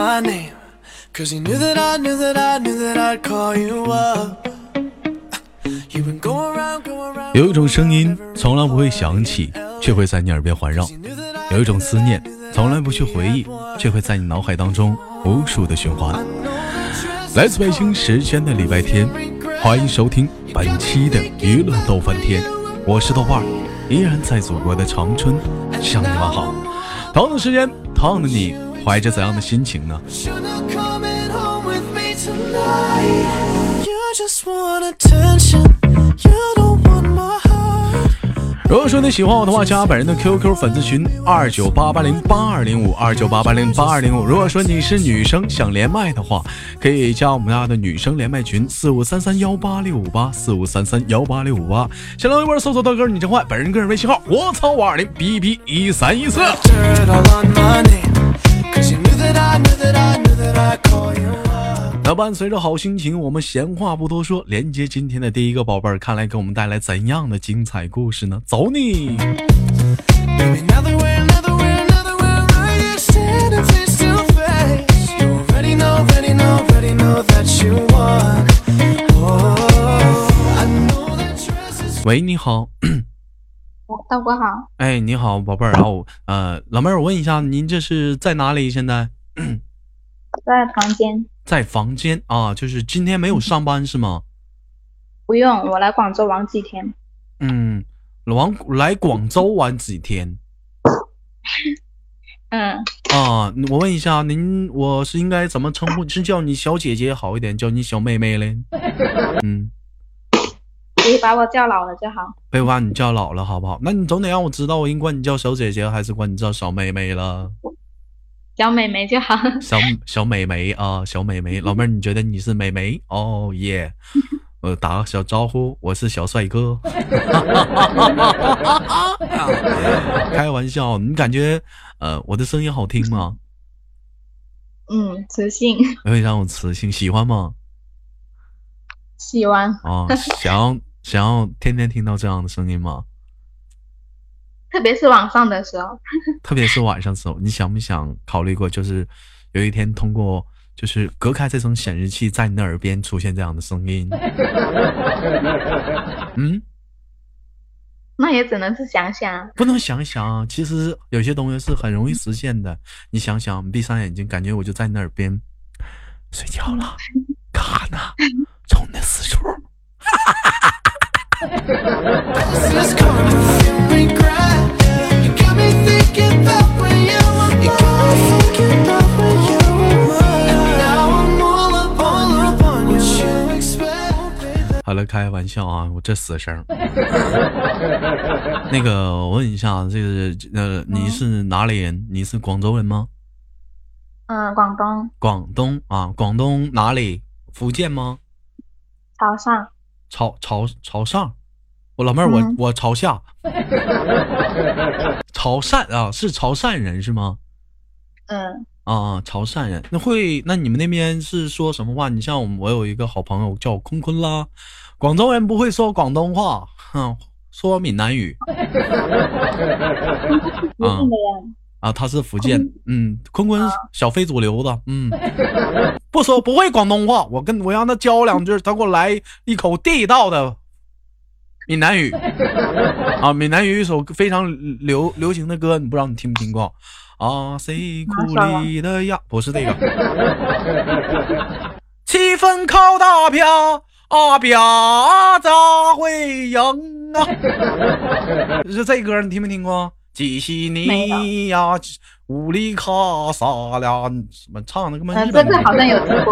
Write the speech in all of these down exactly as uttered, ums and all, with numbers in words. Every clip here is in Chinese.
my name, cause you knew that I knew that I knew that I'd call you up. You've been going around, going around. 有一种声音从来不会响起，却会在你耳边环绕；有一种思念从来不去回忆，却会在你脑海当中无数的循环。来自北京时间的礼拜天，欢迎收听本期的娱乐逗翻天，我是豆瓣，依然在祖国的长春向你们好。同样的时间，同样的你，怀着怎样的心情呢？如果说你喜欢我的话，加本人的 Q Q 粉丝群二九八八零八二零五二九八八零八二零五。如果说你是女生想连麦的话，可以加我们家的女生连麦群四五三三幺八六五八四五三三幺八六五八。新浪微博搜索豆哥你真坏，本人个人微信号我操五二零 B B 一三一四。那伴随着好心情，我们闲话不多说，连接今天的第一个宝贝儿，看来给我们带来怎样的精彩故事呢？走你！喂，你好。 大哥好。 哎，你好，宝贝儿。然后，呃，老妹儿，我问一下，您这是在哪里？现在？ 在房间。 在房间啊，就是今天没有上班是吗？ 不用，我来广州玩几天。 嗯，玩来广州玩几天？ 嗯。 啊，我问一下您，我是应该怎么称呼？是叫你小姐姐好一点，叫你小妹妹嘞？嗯， 可以把我叫老了就好。 别把你叫老了好不好？那你总得让我知道，我应管你叫小姐姐还是管你叫小妹妹了？ 小美眉就好。 小小美眉啊，小美眉，老妹儿，你觉得你是美眉？哦耶！我打个小招呼，我是小帅哥。开玩笑，你感觉呃我的声音好听吗？ 嗯，磁性。 非常有磁性，喜欢吗？ 喜欢。 哦，想要想要天天听到这样的声音吗？ 特别是晚上的时候。 特别是晚上的时候，你想不想考虑过，就是有一天通过就是隔开这层显示器，在你的耳边出现这样的声音？嗯， 那也只能是想想， 不能想想啊。其实有些东西是很容易实现的。你想想，你闭上眼睛，感觉我就在你耳边睡觉了，卡呢，从你的私处。好了，开玩笑啊，我这死声。那个，我问一下，这个呃，你是哪里人？你是广州人吗？ 嗯，广东。 广东啊，广东哪里？福建吗？ 潮汕。 潮潮潮汕。我老妹儿，我、嗯、我潮下。潮汕啊，是潮汕人是吗？ 嗯。 啊，潮汕人。那会，那你们那边是说什么话？你像我们，我有一个好朋友叫坤坤啦，广州人不会说广东话，哼，说闽南语。啊啊，他是福建，嗯，坤坤小非主流的，嗯，不说不会广东话，我跟我让他教两句，他给我来一口地道的闽南语。啊，闽南语一首非常流流行的歌，你不知道你听没听过？啊，谁苦里的呀？不是这个。七分靠大票，阿表咋会赢啊？是这歌你听没听过？几西尼呀，乌里卡萨俩，什么唱的？根本日本、 嗯、这个好像有听过。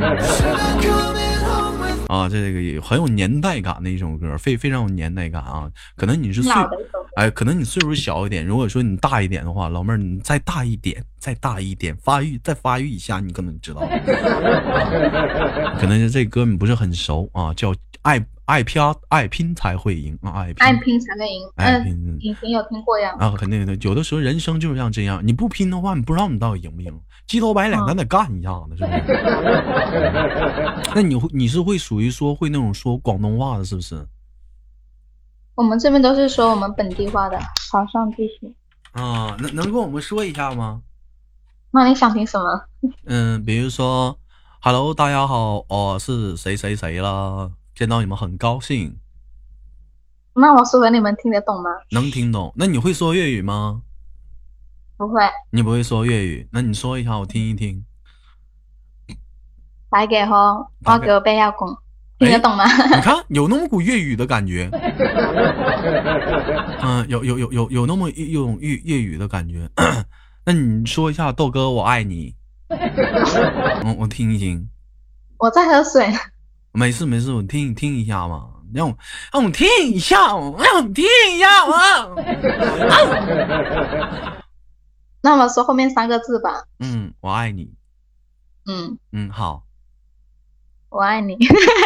啊，这个也很有年代感的一首歌，非非常有年代感啊。可能你是岁，哎，可能你岁数小一点。如果说你大一点的话，老妹儿你再大一点，再大一点，发育再发育一下，你可能知道。可能是这歌你不是很熟啊，叫爱爱拼爱拼才会赢啊，爱拼爱拼才会赢。爱拼，以前有听过呀。 啊，肯定的。有的时候人生就是像这样，你不拼的话，你不知道你到底赢不赢。鸡头白脸，咱得干一下子，是不是？那你你是会属于说会那种说广东话的，是不是？ 我们这边都是说我们本地话的，潮汕地区。 啊，能能跟我们说一下吗？ 那你想听什么？ 嗯，比如说，Hello，大家好，我是谁谁谁啦，见到你们很高兴， 那我说给你们听得懂吗？ 能听懂。那你会说粤语吗？ 不会。 你不会说粤语，那你说一下我听一听。 大家好，我叫毕亚公，听得懂吗？ 你看，有那么股粤语的感觉。嗯，有有有有有那么一种粤粤语的感觉。那你说一下，豆哥，我爱你。嗯，我听一听。 我在喝水。 没事没事，我听听一下嘛，让我让我听一下，让我听一下嘛。 那我说后面三个字吧。 嗯，我爱你。 嗯嗯，好。 我爱你。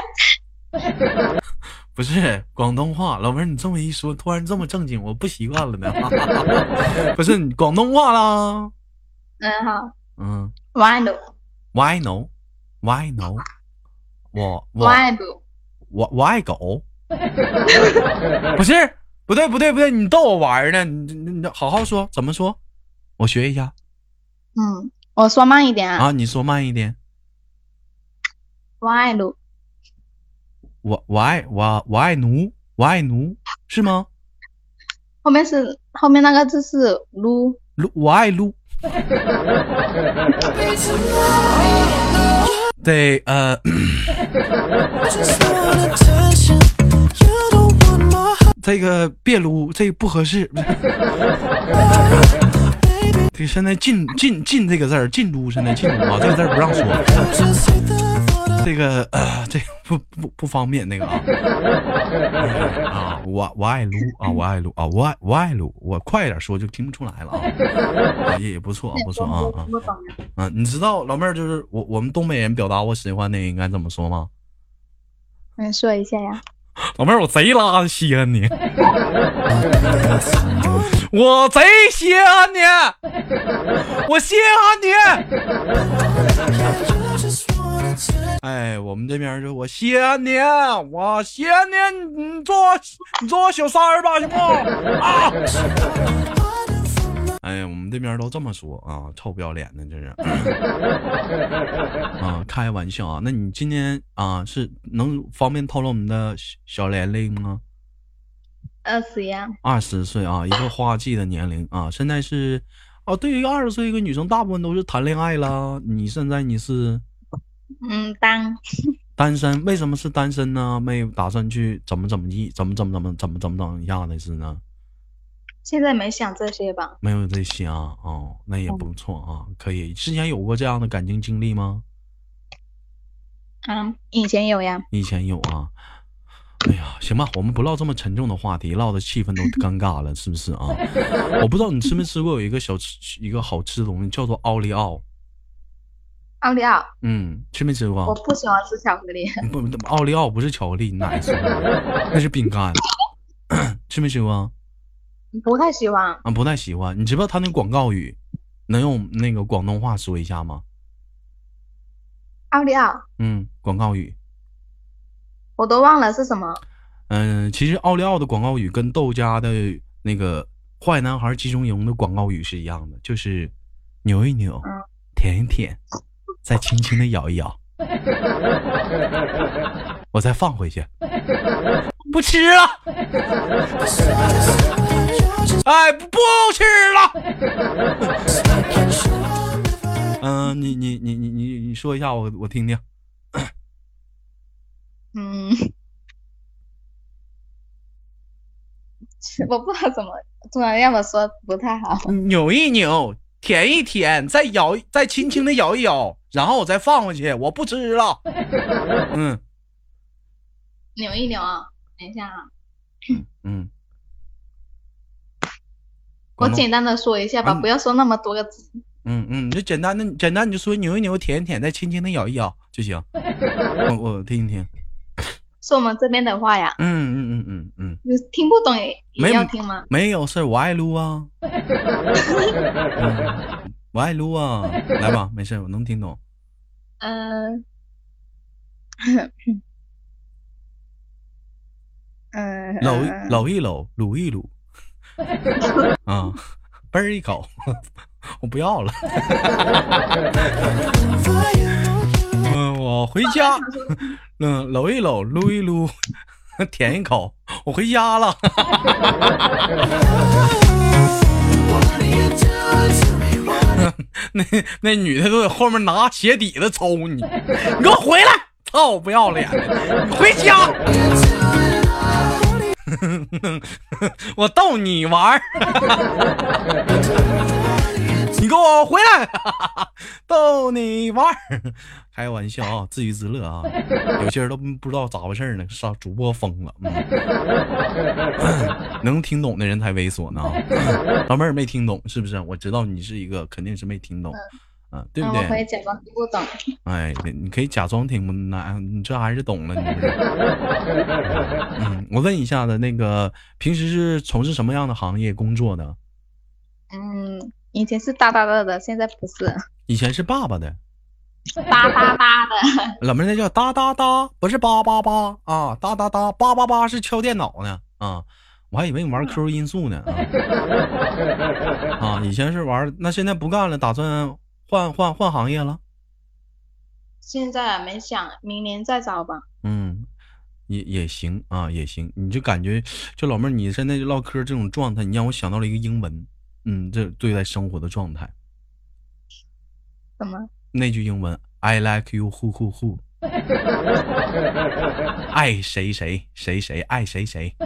不是广东话，老妹儿，你这么一说，突然这么正经，我不习惯了呢。不是你广东话啦。 嗯，好。 嗯， 我爱你。 Why no? Why no? 我我爱你。 我我爱狗。不是，不对不对不对，你逗我玩呢，你你你好好说，怎么说？我学一下。 嗯，我说慢一点啊。 啊，你说慢一点。 我爱你。 我我爱我我爱奴，我爱奴是吗？ 后面是后面那个字是撸， 撸我爱撸。对，呃，这个别撸，这个不合适。这个现在禁禁禁这个字儿，禁撸，现在禁撸啊，这个字儿不让说。这个呃，这个不不不方便那个啊。啊，我我爱撸啊，我爱撸啊，我爱我爱撸，我快点说就听不出来了啊。啊也也不错不错啊啊。啊，你知道老妹儿就是我我们东北人表达我喜欢那个应该怎么说吗？ 嗯，说一下呀。 老妹儿，我贼拉的稀罕你。我贼稀罕你，我稀罕你。哎，我们这边就我稀罕你，我稀罕你，你做你做我小三儿吧，行不？啊！哎呀，我们这边都这么说啊，臭不要脸的这是。啊，开玩笑啊。那你今年啊是能方便透露我们的小年龄吗？ 二十呀。 二十岁啊，一个花季的年龄啊。现在是哦，对于一个二十岁一个女生，大部分都是谈恋爱啦。你现在你是？ 嗯，单单身。为什么是单身呢？没有打算去怎么怎么地，怎么怎么怎么怎么怎么怎么样的是呢？ 现在没想这些吧。 没有这些啊。哦，那也不错啊，可以。之前有过这样的感情经历吗？ 嗯，以前有呀。 以前有啊。哎呀，行吧，我们不唠这么沉重的话题，唠的气氛都尴尬了，是不是啊？我不知道你吃没吃过有一个小吃，一个好吃的东西叫做奥利奥。 奥利奥。 嗯，吃没吃过？ 我不喜欢吃巧克力。 不，奥利奥不是巧克力，你哪吃过？那是饼干。吃没吃过？ 不太喜欢啊，不太喜欢。你知不知道他那广告语能用那个广东话说一下吗？ 奥利奥。 嗯，广告语我都忘了是什么。 嗯，其实奥利奥的广告语跟豆家的那个坏男孩集中营的广告语是一样的，就是扭一扭， 嗯、 舔一舔，再轻轻的咬一咬，我再放回去，不吃了。哎，不不吃了。嗯、呃，你你你你你你说一下，我我听听。 嗯，我不知道怎么突然让我说不太好。 扭一扭，舔一舔，再咬，再轻轻的咬一咬，然后我再放回去，我不吃了。嗯， 扭一扭啊，等一下啊。 嗯嗯。 我简单的说一下吧， 嗯、 不要说那么多个字。 嗯嗯，你就简单的简单你就说扭一扭，舔一舔，再轻轻的咬一咬就行。我我听一听。 说我们这边的话呀。 嗯嗯嗯嗯嗯。 你听不懂也也要听吗？ 没有事，我愛擼啊。嗯、我愛擼啊，来吧，没事，我能听懂。 嗯、呃。嗯， 搂搂一搂，撸一撸。啊，嘣儿一口， 我不要了。嗯，我回家，嗯，搂一搂，撸一撸，舔一口，我回家了。那那女的都在后面拿鞋底子抽你，你给我回来！操，不要脸的，你回家！我逗你玩儿。你给我回来！逗你玩儿，开玩笑啊，自娱自乐啊。有些人都不知道咋回事呢，上主播疯了、嗯。能听懂的人才猥琐呢。老妹儿没听懂是不是？我知道你是一个肯定是没听懂，嗯、啊，对不对？ 我可以假装听不懂。 哎，你可以假装听不懂，你这还是懂了，你不是？嗯，我问一下的那个，平时是从事什么样的行业工作的？ 嗯。以前是哒哒哒的，现在不是。 以前是爸爸的， 哒哒哒的。 老妹儿那叫哒哒哒，不是八八八啊，哒哒哒，八八八是敲电脑呢啊，我还以为你玩 Q Q 音速呢啊。啊，以前是玩，那现在不干了，打算换换换行业了。 现在没想，明年再找吧。 嗯，也也行啊，也行。你就感觉，就老妹儿，你现在就唠嗑这种状态，你让我想到了一个英文。嗯，这对待生活的状态。 什么？ 那句英文 I like you who who who 爱谁谁谁谁爱谁谁。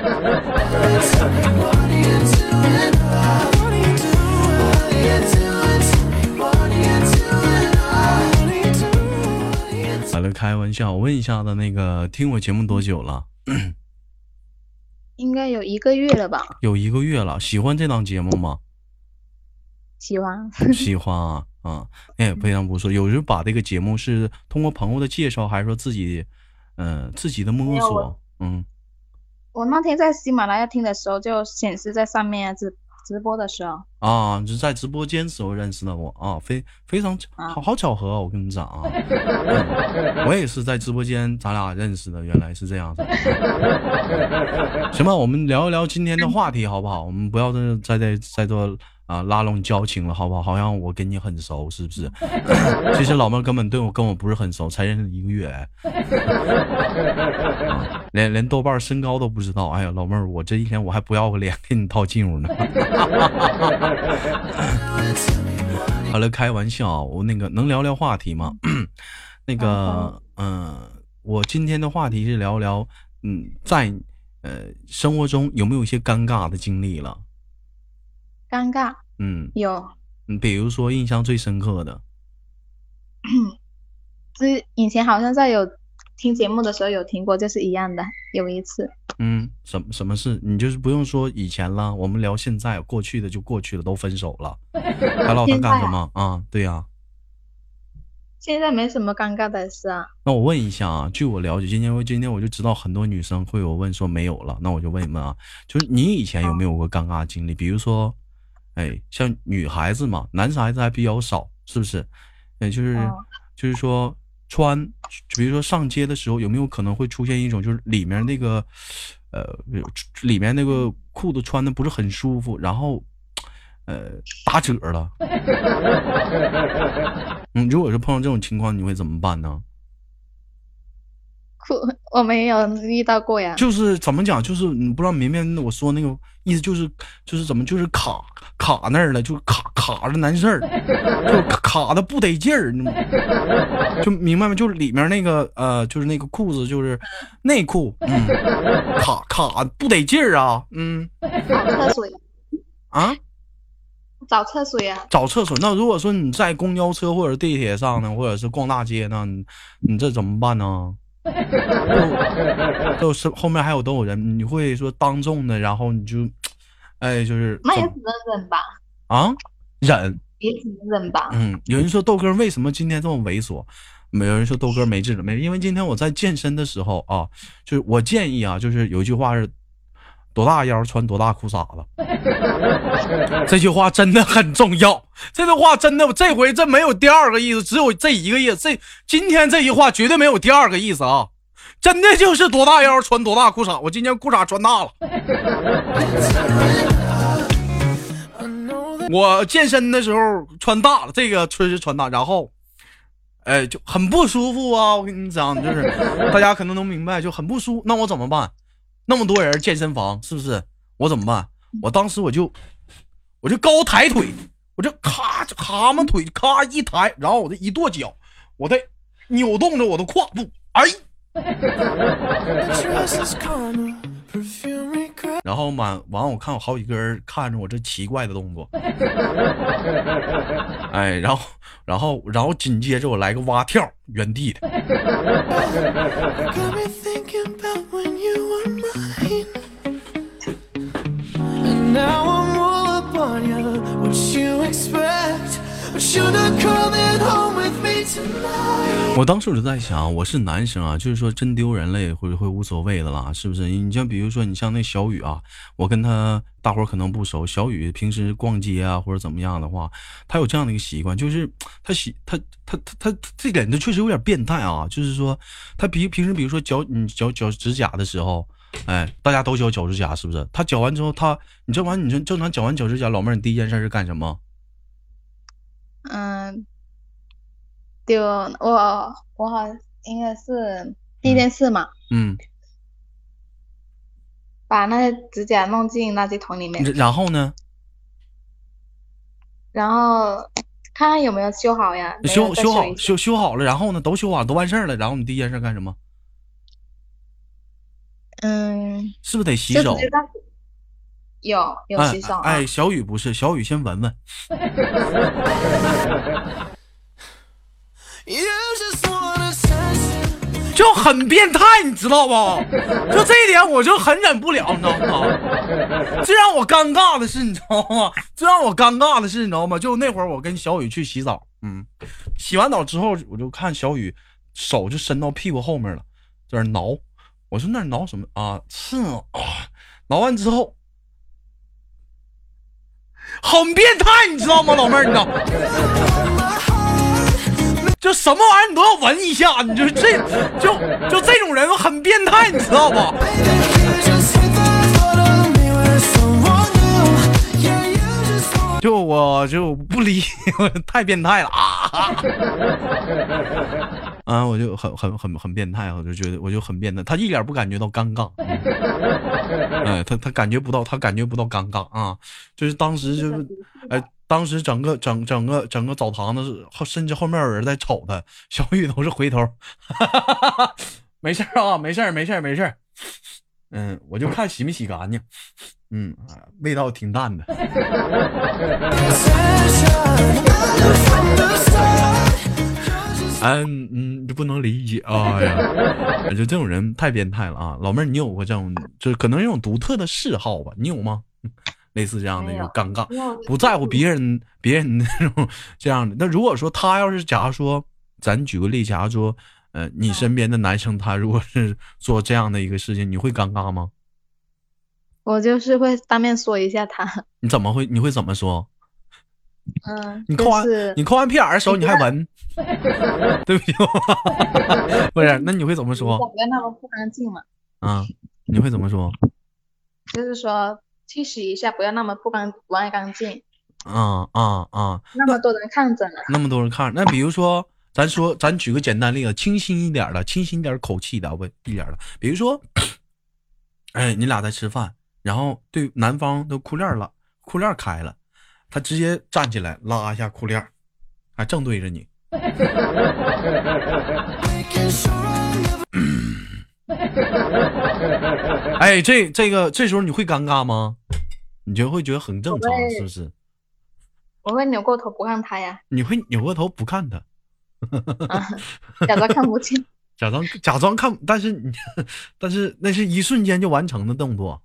好了，开玩笑，我问一下的那个听我节目多久了？ 应该有一个月了吧？ 有一个月了，喜欢这档节目吗？ 喜欢。 喜欢啊啊，哎，非常不错。有人把这个节目是通过朋友的介绍，还是说自己，嗯、呃，自己的摸索？嗯， 我那天在喜马拉雅听的时候，就显示在上面直直播的时候啊，就是在直播间时候认识的我啊，非非常好好巧合、啊，我跟你讲啊、嗯，我也是在直播间咱俩认识的，原来是这样子。行吧，我们聊一聊今天的话题好不好？我们不要再再再做啊拉拢交情了，好不好？好像我跟你很熟，是不是？其实老妹根本对我跟我不是很熟，才认识一个月、啊，连连豆瓣身高都不知道。哎呀，老妹儿，我这一天我还不要个脸给你套近乎呢。好了，开玩笑，我那个能聊聊话题吗？那个，嗯、呃，我今天的话题是聊聊，嗯，在呃生活中有没有一些尴尬的经历了？ 尴尬， 嗯， 有， 嗯，比如说印象最深刻的， 之以前好像在有听节目的时候有听过，就是一样的，有一次， 嗯，什么什么事？你就是不用说以前了，我们聊现在，过去的就过去了，都分手了，还唠他干什么啊？对呀、啊， 现在没什么尴尬的事啊。 那我问一下啊，据我了解，今天我今天我就知道很多女生会有问说没有了，那我就问你们啊，就是你以前有没有过尴尬的经历？比如说。哎，像女孩子嘛，男孩子还比较少，是不是？哎，就是、哦、就是说穿，比如说上街的时候，有没有可能会出现一种，就是里面那个，呃，里面那个裤子穿的不是很舒服，然后，呃，打褶了。嗯，如果是碰到这种情况，你会怎么办呢？ 我没有遇到过呀， 就是怎么讲，就是你不知道明明我说那个意思，就是就是怎么就是卡卡那儿了，就卡卡着难事儿，就卡的不得劲儿，就明白吗？就是里面那个呃，就是那个裤子，就是内裤，嗯，卡卡不得劲儿啊，嗯， 找厕所啊， 找厕所呀， 找厕所。那如果说你在公交车或者地铁上呢，或者是逛大街呢，你, 你这怎么办呢？都是后面还有都有人，你会说当众的，然后你就，哎，就是那也只能忍吧。 啊，忍也只能忍吧。 嗯，有人说豆哥为什么今天这么猥琐？没有人说豆哥没治没，因为今天我在健身的时候啊，就是我建议啊，就是有一句话是多大腰穿多大裤衩子，这句话真的很重要。这句话真的，这回这没有第二个意思，只有这一个意思。这今天这句话绝对没有第二个意思啊！真的就是多大腰穿多大裤衩，我今天裤衩穿大了。 我健身的时候穿大了，这个确实穿大，然后，哎，就很不舒服啊！我跟你讲，就是大家可能能明白，就很不舒服。那我怎么办？那么多人健身房，是不是？我怎么办？我当时我就，我就高抬腿，我就咔蛤蟆腿咔一抬，然后我这一跺脚，我在扭动着我的胯部，哎。然后满完，我看有好几个人看着我这奇怪的动作，哎，然后，然后，然后紧接着我来个蛙跳，原地的。我当时我就在想，我是男生啊，就是说真丢人了也会会无所谓的啦，是不是？你像比如说你像那小雨啊，我跟他大伙儿可能不熟，小雨平时逛街啊或者怎么样的话，他有这样的一个习惯，就是他喜他他他他他这点他确实有点变态啊，就是说他平平时比如说绞你绞绞指甲的时候，哎，大家都绞脚指甲是不是？他绞完之后，他你这完你正正常绞完脚指甲，老妹儿你第一件事是干什么？ 嗯，丢我我好应该是第一件事嘛， 嗯， 把那些指甲弄进垃圾桶里面， 然后呢？ 然后看看有没有修好呀，没有再修修好一下修修好了，然后呢，都修好了都完事儿了，然后你第一件事干什么？ 嗯， 是不是得洗手就直？接在有有哎洗手啊， 哎，小雨不是，小雨先闻闻， You just want attention. 就很变态，你知道不？就这一点我就很忍不了，你知道吗？最让我尴尬的是，你知道吗？最让我尴尬的是，你知道吗？就那会儿我跟小雨去洗澡，嗯，洗完澡之后，我就看小雨手就伸到屁股后面了，在那挠。我说那挠什么啊？是啊，挠完之后很变态，你知道吗，老妹儿？你知道？就什么玩意儿你都要闻一下，你就是这就就这种人很变态，你知道吧？就我就不理，太变态了啊！啊，我就很很很很变态，我就觉得我就很变态，他一点不感觉到尴尬，哎，他他感觉不到，他感觉不到尴尬啊，就是当时就是，哎。当时整个整整个整个澡堂子后，甚至后面有人在瞅他，小雨都是回头，没事啊，没事没事没事，嗯，我就看洗没洗干净，嗯，味道挺淡的。嗯嗯，就不能理解，哎呀，就这种人太变态了啊！老妹儿，你有过这种，就可能这种独特的嗜好吧？你有吗？类似这样的一种尴尬，不在乎别人别人那种这样的。那如果说他要是假如说，咱举个例，假如说，呃，你身边的男生他如果是做这样的一个事情，你会尴尬吗？ 我就是会当面说一下他。 你怎么会？你会怎么说？ 嗯， 你抠完、 就是、 你抠完屁眼的时候你还闻，对不起，不是？那你会怎么说？ 不要那么不干净嘛。 啊，你会怎么说？ 就是说。去洗一下，不要那么不干不爱干净。 啊啊啊！ 那么多人看着呢。 那么多人看，那比如说，咱说，咱举个简单例子，清新一点的，清新一点口气的，问一点的，比如说，哎，你俩在吃饭，然后对男方的裤链了，裤链开了，他直接站起来拉一下裤链，还正对着你。哎，这这个这时候你会尴尬吗？你就会觉得很正常，是不是？ 我会扭过头不看他呀。 你会扭过头不看他， 啊、假装看不见， 假装假装看，但是你，但是那是一瞬间就完成的动作。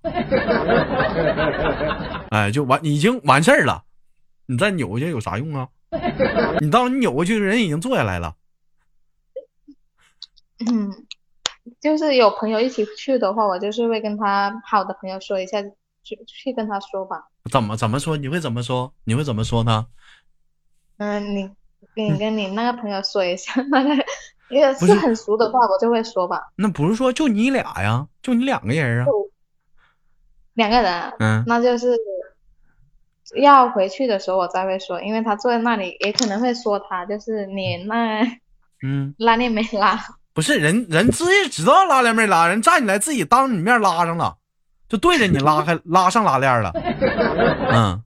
哎，就完，已经完事儿了，你再扭过去有啥用啊？你当你扭过去，人已经坐下来了。 嗯。就是有朋友一起去的话，我就是会跟他好的朋友说一下，去去跟他说吧。 怎么怎么说？你会怎么说？你会怎么说呢？ 嗯，你你跟你那个朋友说一下，那个因为是很熟的话，我就会说吧。 那不是说就你俩呀，就你两个人啊？ 两个人， 嗯， 那就是要回去的时候我再会说，因为他坐在那里也可能会说他，就是你那嗯， 拉链没拉。 不是人人自己知道拉链没拉，人站起来自己当你面拉上了，就对着你拉开拉上拉链了。嗯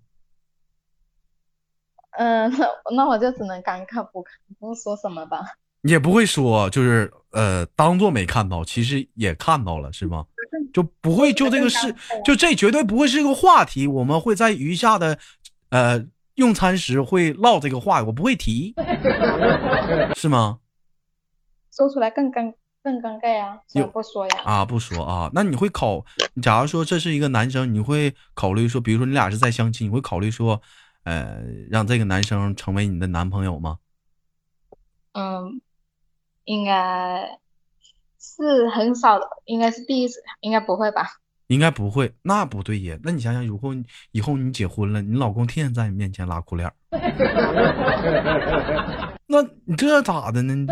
嗯、呃，那我就只能尴尬不不说什么吧。 也不会说，就是呃，当做没看到，其实也看到了，是吗？就不会就这个事，就这绝对不会是个话题，我们会在余下的呃用餐时会唠这个话，我不会提，是吗？ 说出来更尴更尴尬呀，所以不说呀。 啊，不说啊，那你会考，假如说这是一个男生，你会考虑说，比如说你俩是在相亲，你会考虑说，呃，让这个男生成为你的男朋友吗？ 嗯。应该是很少的，应该是第一次，应该不会吧？ 应该不会，那不对呀。那你想想，如果以后你结婚了，你老公天天在你面前拉裤链，那你这咋的呢？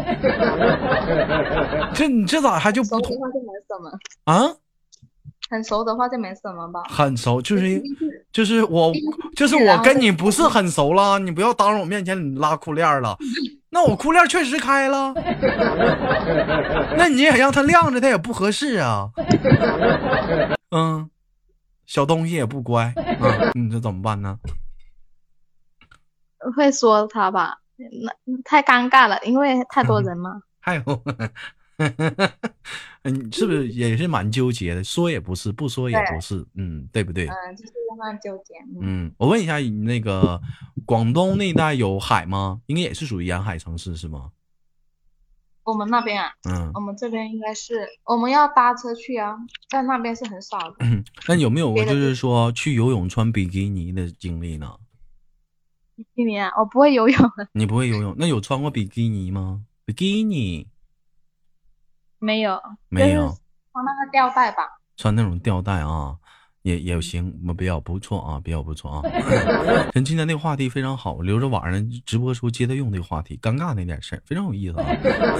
这你这咋还就不同熟的话就没什么啊？ 很熟的话就没什么吧？ 很熟，就是就是我就是我跟你不是很熟了，你不要当着我面前拉裤链了。那我裤链确实开了，那你也让他晾着，他也不合适啊。嗯，小东西也不乖啊，你这怎么办呢？ 会说他吧，那太尴尬了，因为太多人嘛。 还有，嗯，是不是也是蛮纠结的？说也不是，不说也不是，嗯，对不对？ 嗯，就是蛮纠结。 嗯，我问一下，你那个广东那一带有海吗？应该也是属于沿海城市是吗？ 我们那边啊， 嗯， 我们这边应该是我们要搭车去啊，在那边是很少的。 嗯，那有没有过就是说去游泳穿比基尼的经历呢？ 比基尼啊，我不会游泳。 你不会游泳，那有穿过比基尼吗？比基尼没有， 没有， 穿那个吊带吧。 穿那种吊带啊，也也行，比较不错啊，比较不错啊。咱今天那个话题非常好，留着晚上直播时候接着用这个话题，尴尬那点事儿非常有意思啊。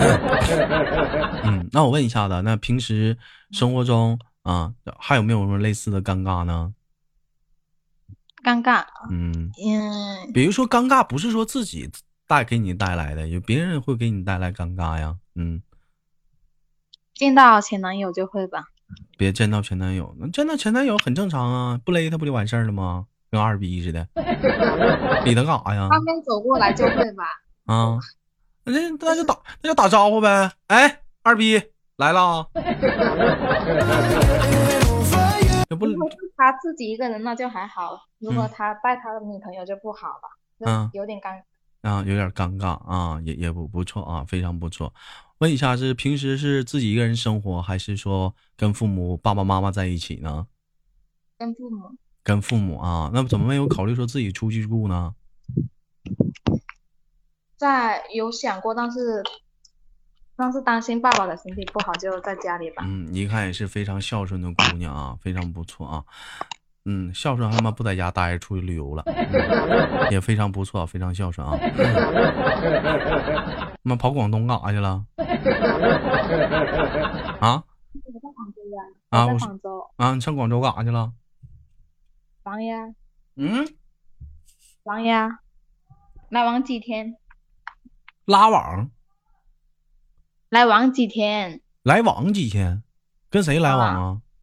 嗯，那我问一下子，那平时生活中啊，还有没有什么类似的尴尬呢？ 尴尬， 嗯嗯， 比如说尴尬不是说自己带给你带来的，有别人会给你带来尴尬呀。嗯， 见到前男友就会吧。 别见到前男友，那见到前男友很正常啊，不勒他不就完事儿了吗？跟二逼似的，理他干啥呀？ 他们走过来就会吧。 啊，那那就打那就打招呼呗。哎，二逼来了。这不， 如果是他自己一个人那就还好，如果他带他的女朋友就不好了， 嗯， 有点尴尬。 啊，有点尴尬啊，也也不不错啊，非常不错。问一下，是平时是自己一个人生活，还是说跟父母爸爸妈妈在一起呢？ 跟父母。 跟父母啊，那怎么没有考虑说自己出去住呢？ 在有想过，但是但是担心爸爸的身体不好，就在家里吧。 嗯，一看也是非常孝顺的姑娘啊，非常不错啊。嗯，孝顺他妈不在家待着，出去旅游了，嗯、也非常不错，非常孝顺啊。他妈跑广东干啥去了？啊？ 我在广州呀。 啊， 我在广州。 啊，你上广州干啥去了？ 玩呀。 嗯。 玩呀。来玩几天？ 拉网。 来玩几天？ 来往几天？跟谁来往啊？啊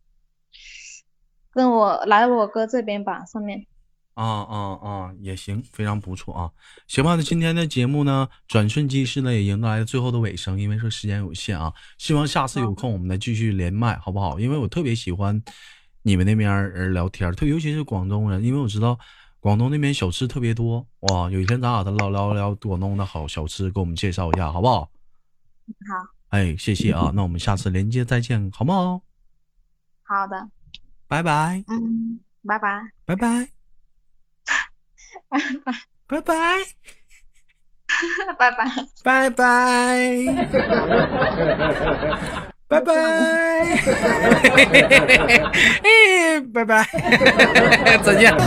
跟我来我哥这边吧，上面。 啊啊啊，也行，非常不错啊。行吧，那今天的节目呢，转瞬即逝呢，也迎来了最后的尾声，因为说时间有限啊。希望下次有空我们再继续连麦，好不好？因为我特别喜欢你们那边人聊天，特尤其是广东人，因为我知道广东那边小吃特别多哇。有一天咱俩再聊聊聊广东的好小吃，给我们介绍一下，好不好？ 好。 哎，谢谢啊，那我们下次连接再见，好不好？ 好的。 拜拜。 嗯，拜拜。 拜拜。 拜拜。 拜拜。 拜拜。 拜拜。拜拜。哎，拜拜。再见。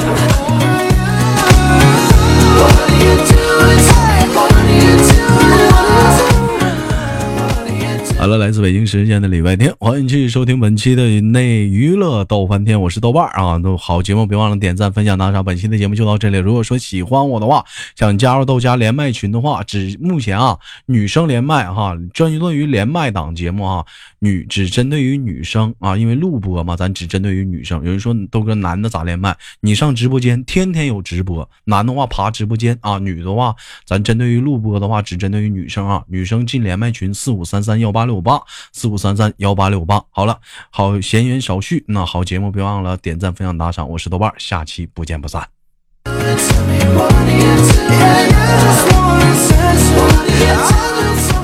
好了。 了，来自北京时间的礼拜天，欢迎继续收听本期的内娱乐逗翻天，我是豆瓣啊。都好节目别忘了点赞分享打赏，本期的节目就到这里。如果说喜欢我的话，想加入豆家连麦群的话，只目前啊女生连麦哈，专论于连麦档节目啊，女只针对于女生啊，因为录播嘛，咱只针对于女生。有人说豆哥男的咋连麦？你上直播间天天有直播，男的话爬直播间啊，女的话咱针对于录播的话只针对于女生啊，女生进连麦群四五三三幺八六八四五三三幺八六八。好了，好闲言少叙，那好节目别忘了点赞分享打赏，我是豆瓣，下期不见不散。 Tell me what do you do? I just wanna sense what do you do?